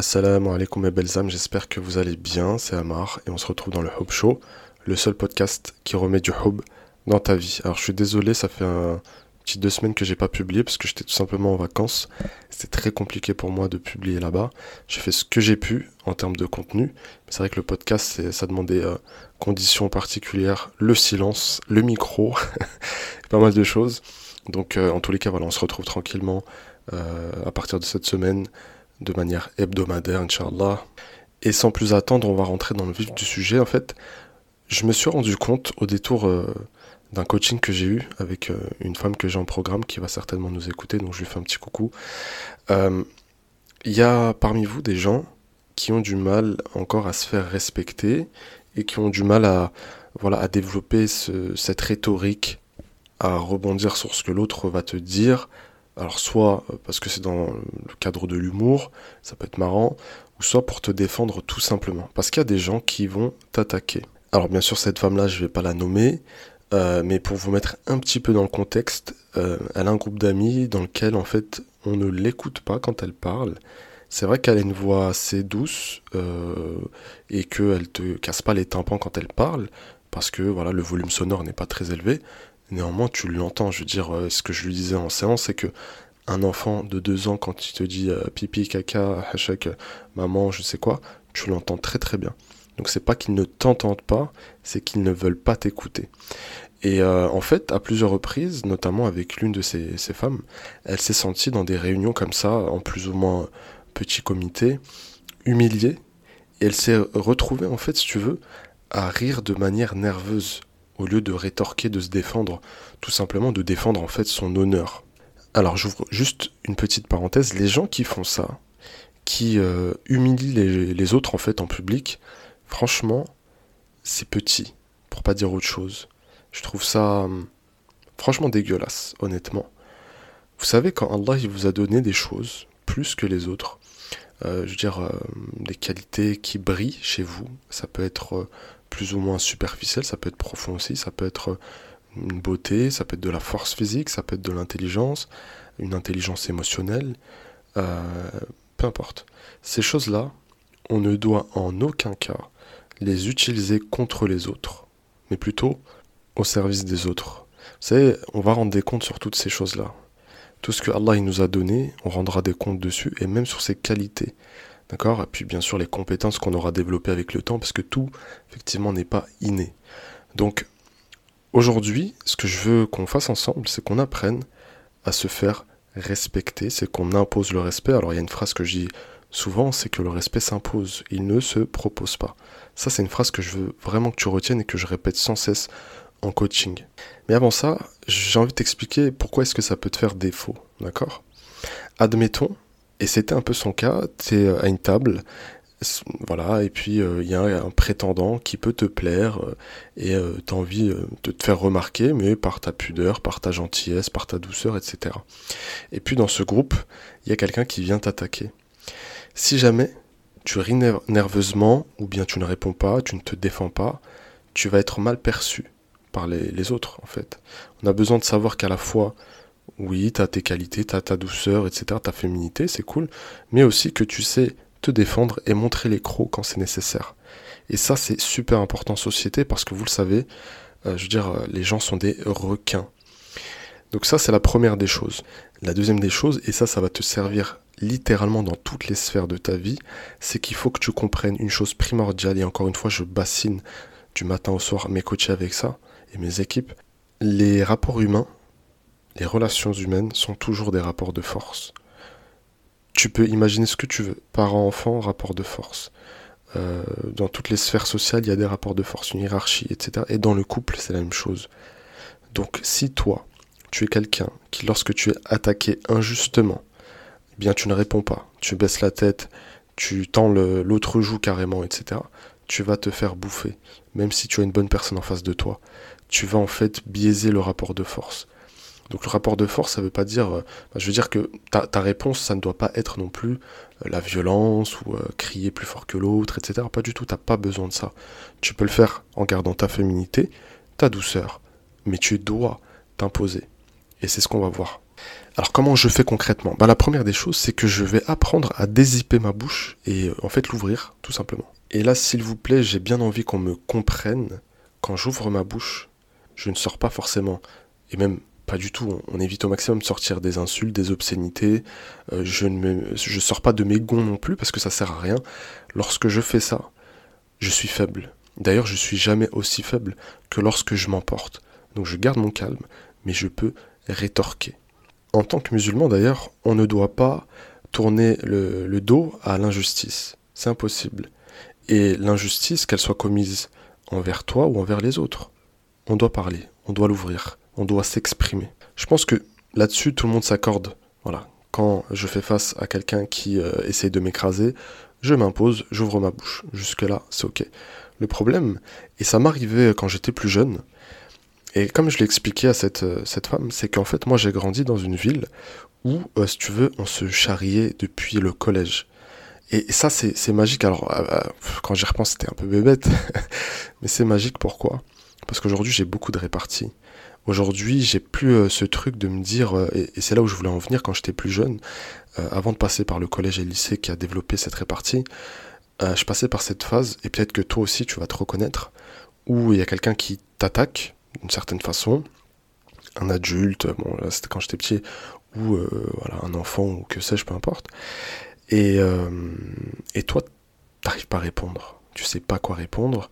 Assalamu alaikum mes belles âmes, j'espère que vous allez bien, c'est Amar et on se retrouve dans le Hub Show, le seul podcast qui remet du hub dans ta vie. Alors je suis désolé, ça fait un petit 2 semaines que j'ai pas publié parce que j'étais tout simplement en vacances. C'était très compliqué pour moi de publier là-bas. J'ai fait ce que j'ai pu en termes de contenu. Mais c'est vrai que le podcast, ça demandait conditions particulières, le silence, le micro, pas mal de choses. Donc en tous les cas, voilà, on se retrouve tranquillement à partir de cette semaine de manière hebdomadaire, Inch'Allah. Et sans plus attendre, on va rentrer dans le vif du sujet. En fait, je me suis rendu compte au détour d'un coaching que j'ai eu avec une femme que j'ai en programme qui va certainement nous écouter, donc je lui fais un petit coucou. Euh, Il y a parmi vous des gens qui ont du mal encore à se faire respecter et qui ont du mal à développer cette rhétorique, à rebondir sur ce que l'autre va te dire. Alors soit parce que c'est dans le cadre de l'humour, ça peut être marrant, ou soit pour te défendre tout simplement. Parce qu'il y a des gens qui vont t'attaquer. Alors bien sûr cette femme-là, je vais pas la nommer, mais pour vous mettre un petit peu dans le contexte, elle a un groupe d'amis dans lequel en fait on ne l'écoute pas quand elle parle. C'est vrai qu'elle a une voix assez douce et qu'elle te casse pas les tympans quand elle parle, parce que voilà le volume sonore n'est pas très élevé. Néanmoins, tu l'entends. Je veux dire, ce que je lui disais en séance, c'est que un enfant de 2 ans, quand il te dit pipi, caca, hachak, maman, je sais quoi, tu l'entends très très bien. Donc c'est pas qu'ils ne t'entendent pas, c'est qu'ils ne veulent pas t'écouter. Et en fait, à plusieurs reprises, notamment avec l'une de ces femmes, elle s'est sentie dans des réunions comme ça, en plus ou moins petit comité, humiliée, et elle s'est retrouvée, en fait, si tu veux, à rire de manière nerveuse, au lieu de rétorquer, de se défendre, tout simplement de défendre en fait son honneur. Alors j'ouvre juste une petite parenthèse, les gens qui font ça, qui humilient les autres en fait en public, franchement, c'est petit, pour pas dire autre chose. Je trouve ça franchement dégueulasse, honnêtement. Vous savez, quand Allah il vous a donné des choses, plus que les autres, je veux dire, des qualités qui brillent chez vous. Ça peut être plus ou moins superficiel, ça peut être profond aussi, ça peut être une beauté, ça peut être de la force physique, ça peut être de l'intelligence, une intelligence émotionnelle, euh, peu importe. Ces choses-là, on ne doit en aucun cas les utiliser contre les autres, mais plutôt au service des autres. Vous savez, on va rendre des comptes sur toutes ces choses-là. Tout ce que Allah il nous a donné, on rendra des comptes dessus, et même sur ses qualités. D'accord? Et puis bien sûr les compétences qu'on aura développées avec le temps, parce que tout, effectivement, n'est pas inné. Donc, aujourd'hui, ce que je veux qu'on fasse ensemble, c'est qu'on apprenne à se faire respecter, c'est qu'on impose le respect. Alors il y a une phrase que je dis souvent, c'est que le respect s'impose, il ne se propose pas. Ça, c'est une phrase que je veux vraiment que tu retiennes et que je répète sans cesse en coaching. Mais avant ça, j'ai envie de t'expliquer pourquoi est-ce que ça peut te faire défaut, d'accord? Admettons, et c'était un peu son cas, tu es à une table, voilà, et puis il y a un prétendant qui peut te plaire et tu as envie de te faire remarquer, mais par ta pudeur, par ta gentillesse, par ta douceur, etc. Et puis dans ce groupe, il y a quelqu'un qui vient t'attaquer. Si jamais tu ris nerveusement, ou bien tu ne réponds pas, tu ne te défends pas, tu vas être mal perçu par les autres, en fait. On a besoin de savoir qu'à la fois, oui, tu as tes qualités, tu as ta douceur, etc., ta féminité, c'est cool, mais aussi que tu sais te défendre et montrer les crocs quand c'est nécessaire. Et ça, c'est super important en société parce que vous le savez, je veux dire, les gens sont des requins. Donc ça, c'est la première des choses. La deuxième des choses, et ça va te servir littéralement dans toutes les sphères de ta vie, c'est qu'il faut que tu comprennes une chose primordiale, et encore une fois, je bassine du matin au soir mes coachs avec ça, et mes équipes. Les rapports humains, les relations humaines sont toujours des rapports de force. Tu peux imaginer ce que tu veux. Parent-enfant, rapport de force. Dans toutes les sphères sociales, il y a des rapports de force, une hiérarchie, etc. Et dans le couple, c'est la même chose. Donc si toi, tu es quelqu'un qui, lorsque tu es attaqué injustement, eh bien tu ne réponds pas, tu baisses la tête, tu tends l'autre joue carrément, etc., tu vas te faire bouffer. Même si tu as une bonne personne en face de toi, tu vas en fait biaiser le rapport de force. Donc le rapport de force, ça veut pas dire... je veux dire que ta réponse, ça ne doit pas être non plus la violence ou crier plus fort que l'autre, etc. Pas du tout, t'as pas besoin de ça. Tu peux le faire en gardant ta féminité, ta douceur, mais tu dois t'imposer. Et c'est ce qu'on va voir. Alors comment je fais concrètement? La première des choses, c'est que je vais apprendre à dézipper ma bouche et en fait l'ouvrir, tout simplement. Et là, s'il vous plaît, j'ai bien envie qu'on me comprenne. Quand j'ouvre ma bouche, je ne sors pas forcément, et même pas du tout, on évite au maximum de sortir des insultes, des obscénités, je sors pas de mes gonds non plus parce que ça sert à rien. Lorsque je fais ça, je suis faible. D'ailleurs, je suis jamais aussi faible que lorsque je m'emporte. Donc je garde mon calme, mais je peux rétorquer. En tant que musulman d'ailleurs, on ne doit pas tourner le dos à l'injustice. C'est impossible. Et l'injustice, qu'elle soit commise envers toi ou envers les autres, on doit parler, on doit l'ouvrir, on doit s'exprimer. Je pense que là-dessus, tout le monde s'accorde. Voilà. Quand je fais face à quelqu'un qui essaye de m'écraser, je m'impose, j'ouvre ma bouche. Jusque-là, c'est ok. Le problème, et ça m'arrivait quand j'étais plus jeune, et comme je l'ai expliqué à cette femme, c'est qu'en fait, moi, j'ai grandi dans une ville où, si tu veux, on se charriait depuis le collège. Et ça, c'est magique. Alors, quand j'y repense, c'était un peu bébête, mais c'est magique, pourquoi? Parce qu'aujourd'hui, j'ai beaucoup de réparties. Aujourd'hui, j'ai plus ce truc de me dire, et c'est là où je voulais en venir quand j'étais plus jeune, avant de passer par le collège et le lycée qui a développé cette répartie, je passais par cette phase, et peut-être que toi aussi tu vas te reconnaître, où il y a quelqu'un qui t'attaque d'une certaine façon, un adulte, bon là c'était quand j'étais petit, ou voilà, un enfant, ou que sais-je, peu importe, et toi, t'arrives pas à répondre, tu sais pas quoi répondre,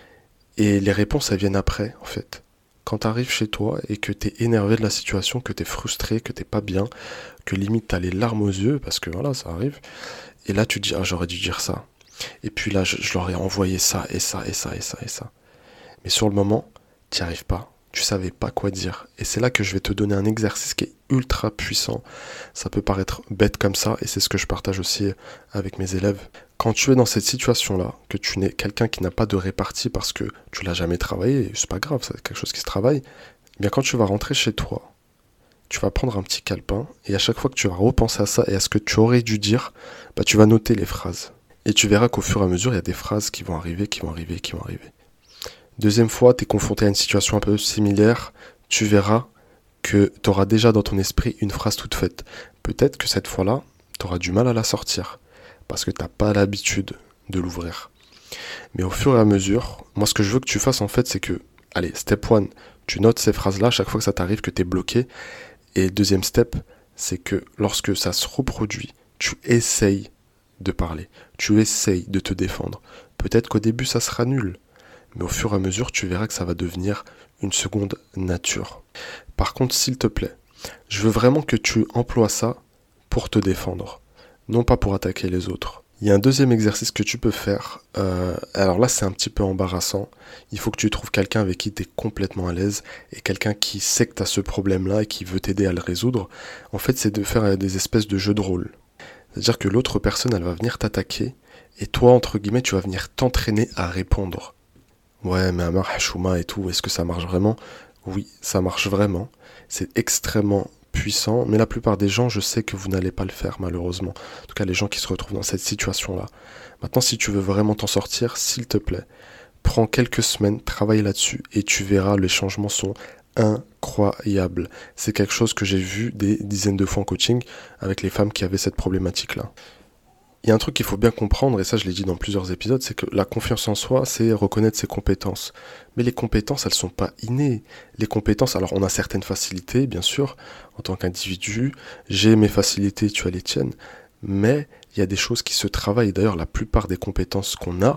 et les réponses elles viennent après en fait. Quand t'arrives chez toi et que t'es énervé de la situation, que t'es frustré, que t'es pas bien, que limite t'as les larmes aux yeux, parce que voilà, ça arrive, et là tu te dis, ah j'aurais dû dire ça. Et puis là, je leur ai envoyé ça, et ça, et ça, et ça, et ça. Mais sur le moment, t'y arrives pas. Tu savais pas quoi dire. Et c'est là que je vais te donner un exercice qui est ultra puissant. Ça peut paraître bête comme ça, et c'est ce que je partage aussi avec mes élèves. Quand tu es dans cette situation-là, que tu n'es quelqu'un qui n'a pas de répartie parce que tu l'as jamais travaillé, c'est pas grave, c'est quelque chose qui se travaille, eh bien quand tu vas rentrer chez toi, tu vas prendre un petit calepin, et à chaque fois que tu vas repenser à ça et à ce que tu aurais dû dire, tu vas noter les phrases. Et tu verras qu'au fur et à mesure, il y a des phrases qui vont arriver, qui vont arriver, qui vont arriver. Deuxième fois, tu es confronté à une situation un peu similaire, tu verras que tu auras déjà dans ton esprit une phrase toute faite. Peut-être que cette fois-là, tu auras du mal à la sortir, parce que tu n'as pas l'habitude de l'ouvrir. Mais au fur et à mesure, moi ce que je veux que tu fasses en fait, c'est que, allez, step 1, tu notes ces phrases-là chaque fois que ça t'arrive, que tu es bloqué. Et deuxième step, c'est que lorsque ça se reproduit, tu essayes de parler, tu essayes de te défendre. Peut-être qu'au début ça sera nul, mais au fur et à mesure tu verras que ça va devenir une seconde nature. Par contre, s'il te plaît, je veux vraiment que tu emploies ça pour te défendre, non pas pour attaquer les autres. Il y a un deuxième exercice que tu peux faire, alors là c'est un petit peu embarrassant, il faut que tu trouves quelqu'un avec qui tu es complètement à l'aise, et quelqu'un qui sait que tu as ce problème-là et qui veut t'aider à le résoudre. En fait, c'est de faire des espèces de jeux de rôle. C'est-à-dire que l'autre personne, elle va venir t'attaquer, et toi, entre guillemets, tu vas venir t'entraîner à répondre. Ouais, mais Amar, Hashouma et tout, est-ce que ça marche vraiment? Oui, ça marche vraiment. C'est extrêmement puissant, mais la plupart des gens, je sais que vous n'allez pas le faire, malheureusement. En tout cas, les gens qui se retrouvent dans cette situation-là. Maintenant, si tu veux vraiment t'en sortir, s'il te plaît, prends quelques semaines, travaille là-dessus, et tu verras, les changements sont incroyables. C'est quelque chose que j'ai vu des dizaines de fois en coaching avec les femmes qui avaient cette problématique-là. Il y a un truc qu'il faut bien comprendre, et ça je l'ai dit dans plusieurs épisodes, c'est que la confiance en soi, c'est reconnaître ses compétences. Mais les compétences, elles sont pas innées. Les compétences, alors on a certaines facilités, bien sûr, en tant qu'individu, j'ai mes facilités, tu as les tiennes, mais il y a des choses qui se travaillent. D'ailleurs, la plupart des compétences qu'on a,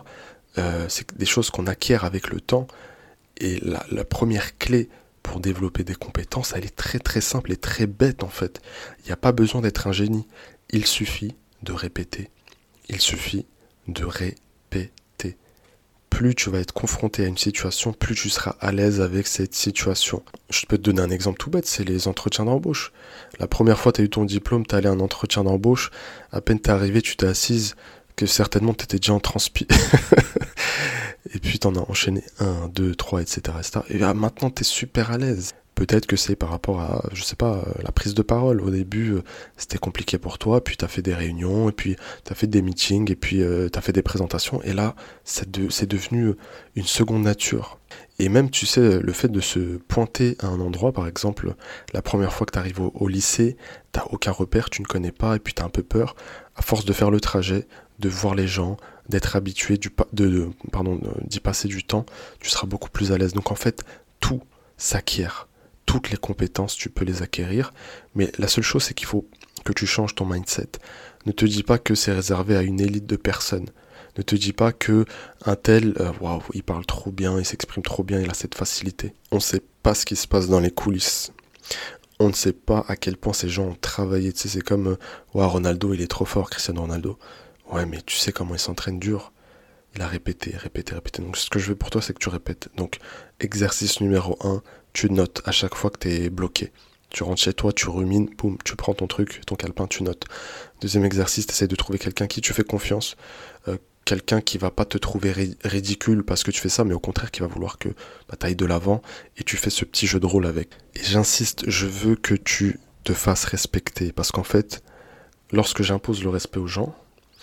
c'est des choses qu'on acquiert avec le temps, et la première clé pour développer des compétences, elle est très très simple et très bête en fait. Il n'y a pas besoin d'être un génie, il suffit de répéter. Il suffit de répéter. Plus tu vas être confronté à une situation, plus tu seras à l'aise avec cette situation. Je peux te donner un exemple tout bête, c'est les entretiens d'embauche. La première fois tu as eu ton diplôme, tu es allé à un entretien d'embauche, à peine tu es arrivé, tu t'es assise, que certainement t'étais déjà en transpi. Et puis t'en as enchaîné 1, 2, 3, etc. etc. Et là, maintenant t'es super à l'aise. Peut-être que c'est par rapport à, je sais pas, la prise de parole. Au début, c'était compliqué pour toi, puis t'as fait des réunions, et puis t'as fait des meetings, et puis t'as fait des présentations, et là, c'est devenu une seconde nature. Et même, tu sais, le fait de se pointer à un endroit, par exemple, la première fois que t'arrives au lycée, t'as aucun repère, tu ne connais pas, et puis t'as un peu peur. À force de faire le trajet, de voir les gens, d'être habitué, d'y passer du temps, tu seras beaucoup plus à l'aise. Donc en fait, tout s'acquiert. Toutes les compétences, tu peux les acquérir, mais la seule chose, c'est qu'il faut que tu changes ton mindset. Ne te dis pas que c'est réservé à une élite de personnes. Ne te dis pas que un tel, waouh, il parle trop bien, il s'exprime trop bien, il a cette facilité. On ne sait pas ce qui se passe dans les coulisses. On ne sait pas à quel point ces gens ont travaillé. Tu sais, c'est comme, waouh, Ronaldo, il est trop fort, Cristiano Ronaldo. Ouais, mais tu sais comment il s'entraîne dur. Il a répété, répété, répété. Donc ce que je veux pour toi, c'est que tu répètes. Donc exercice numéro 1, tu notes à chaque fois que tu es bloqué. Tu rentres chez toi, tu rumines, boum, tu prends ton truc, ton calepin, tu notes. Deuxième exercice, tu essaies de trouver quelqu'un qui tu fais confiance. Quelqu'un qui va pas te trouver ridicule parce que tu fais ça, mais au contraire qui va vouloir que tu ailles de l'avant et tu fais ce petit jeu de rôle avec. Et j'insiste, je veux que tu te fasses respecter parce qu'en fait, lorsque j'impose le respect aux gens,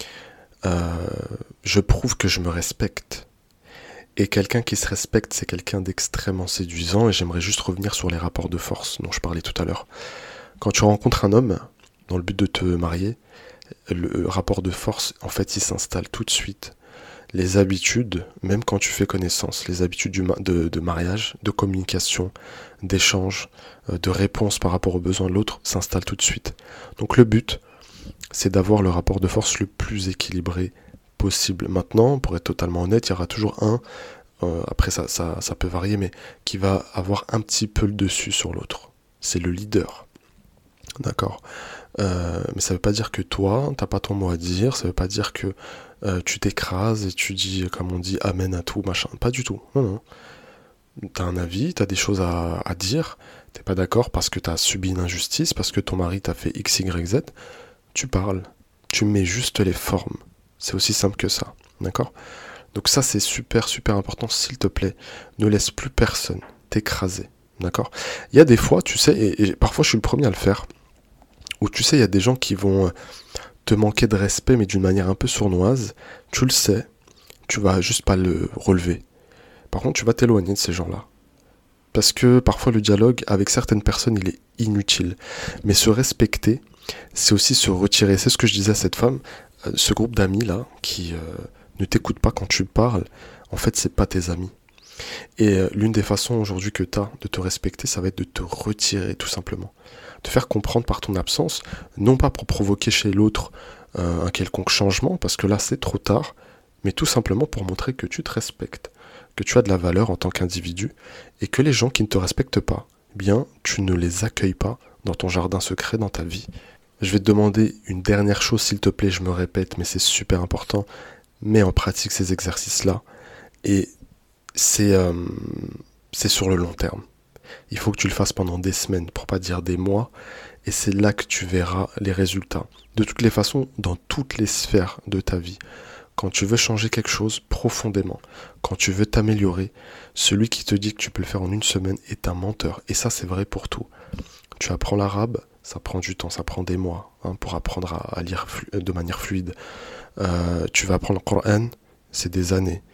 je prouve que je me respecte. Et quelqu'un qui se respecte, c'est quelqu'un d'extrêmement séduisant. Et j'aimerais juste revenir sur les rapports de force dont je parlais tout à l'heure. Quand tu rencontres un homme, dans le but de te marier, le rapport de force, en fait, il s'installe tout de suite. Les habitudes, même quand tu fais connaissance, les habitudes de mariage, de communication, d'échange, de réponse par rapport aux besoins de l'autre, s'installent tout de suite. Donc le but, c'est d'avoir le rapport de force le plus équilibré possible. Maintenant, pour être totalement honnête, il y aura toujours un, après ça peut varier, mais qui va avoir un petit peu le dessus sur l'autre. C'est le leader. D'accord. Mais ça veut pas dire que toi, t'as pas ton mot à dire, ça veut pas dire que tu t'écrases et tu dis, comme on dit, amen à tout, machin. Pas du tout. Non, non. T'as un avis, t'as des choses à dire, t'es pas d'accord parce que t'as subi une injustice, parce que ton mari t'a fait X, Y, Z, tu parles. Tu mets juste les formes. C'est aussi simple que ça. D'accord ? Donc ça, c'est super, super important. S'il te plaît, ne laisse plus personne t'écraser. D'accord ? Il y a des fois, tu sais, et parfois je suis le premier à le faire, où tu sais, il y a des gens qui vont te manquer de respect, mais d'une manière un peu sournoise. Tu le sais, tu vas juste pas le relever. Par contre, tu vas t'éloigner de ces gens-là. Parce que parfois le dialogue avec certaines personnes, il est inutile. Mais se respecter, c'est aussi se retirer. C'est ce que je disais à cette femme, ce groupe d'amis là, qui ne t'écoutent pas quand tu parles, en fait, c'est pas tes amis. Et l'une des façons aujourd'hui que tu as de te respecter, ça va être de te retirer tout simplement. Te faire comprendre par ton absence, non pas pour provoquer chez l'autre un quelconque changement, parce que là c'est trop tard, mais tout simplement pour montrer que tu te respectes, que tu as de la valeur en tant qu'individu, et que les gens qui ne te respectent pas, eh bien tu ne les accueilles pas dans ton jardin secret, dans ta vie. Je vais te demander une dernière chose s'il te plaît, je me répète, mais c'est super important, mets en pratique ces exercices-là, et c'est sur le long terme. Il faut que tu le fasses pendant des semaines, pour pas dire des mois, et c'est là que tu verras les résultats. De toutes les façons, dans toutes les sphères de ta vie, quand tu veux changer quelque chose profondément, quand tu veux t'améliorer, celui qui te dit que tu peux le faire en une semaine est un menteur. Et ça, c'est vrai pour tout. Tu apprends l'arabe, ça prend du temps, ça prend des mois pour apprendre à lire de manière fluide. Tu vas apprendre le Coran, c'est des années.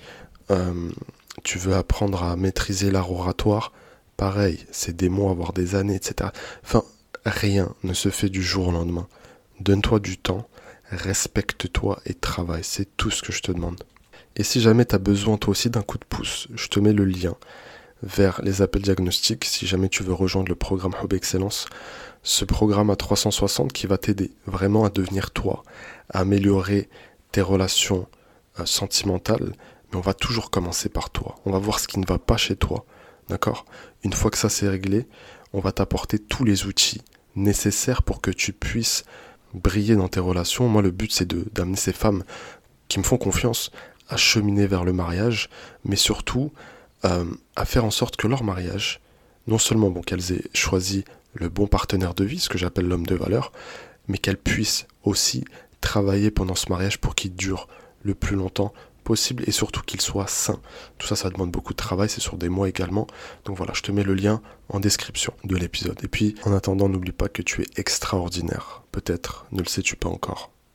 Tu veux apprendre à maîtriser l'art oratoire, pareil, c'est des mois, voire des années, etc. Enfin, rien ne se fait du jour au lendemain. Donne-toi du temps, respecte-toi et travaille, c'est tout ce que je te demande. Et si jamais tu as besoin toi aussi d'un coup de pouce, je te mets le lien vers les appels diagnostiques si jamais tu veux rejoindre le programme Hub Excellence. Ce programme à 360 qui va t'aider vraiment à devenir toi, à améliorer tes relations sentimentales, mais on va toujours commencer par toi. On va voir ce qui ne va pas chez toi, d'accord ? Une fois que ça c'est réglé, on va t'apporter tous les outils nécessaires pour que tu puisses briller dans tes relations. Moi, le but, c'est d'amener ces femmes qui me font confiance à cheminer vers le mariage, mais surtout à faire en sorte que leur mariage, non seulement qu'elles aient choisi le bon partenaire de vie, ce que j'appelle l'homme de valeur, mais qu'elles puissent aussi travailler pendant ce mariage pour qu'il dure le plus longtemps possible et surtout qu'il soit sain. Tout ça, ça demande beaucoup de travail, c'est sur des mois également. Donc voilà, je te mets le lien en description de l'épisode. Et puis, en attendant, n'oublie pas que tu es extraordinaire. Peut-être ne le sais-tu pas encore.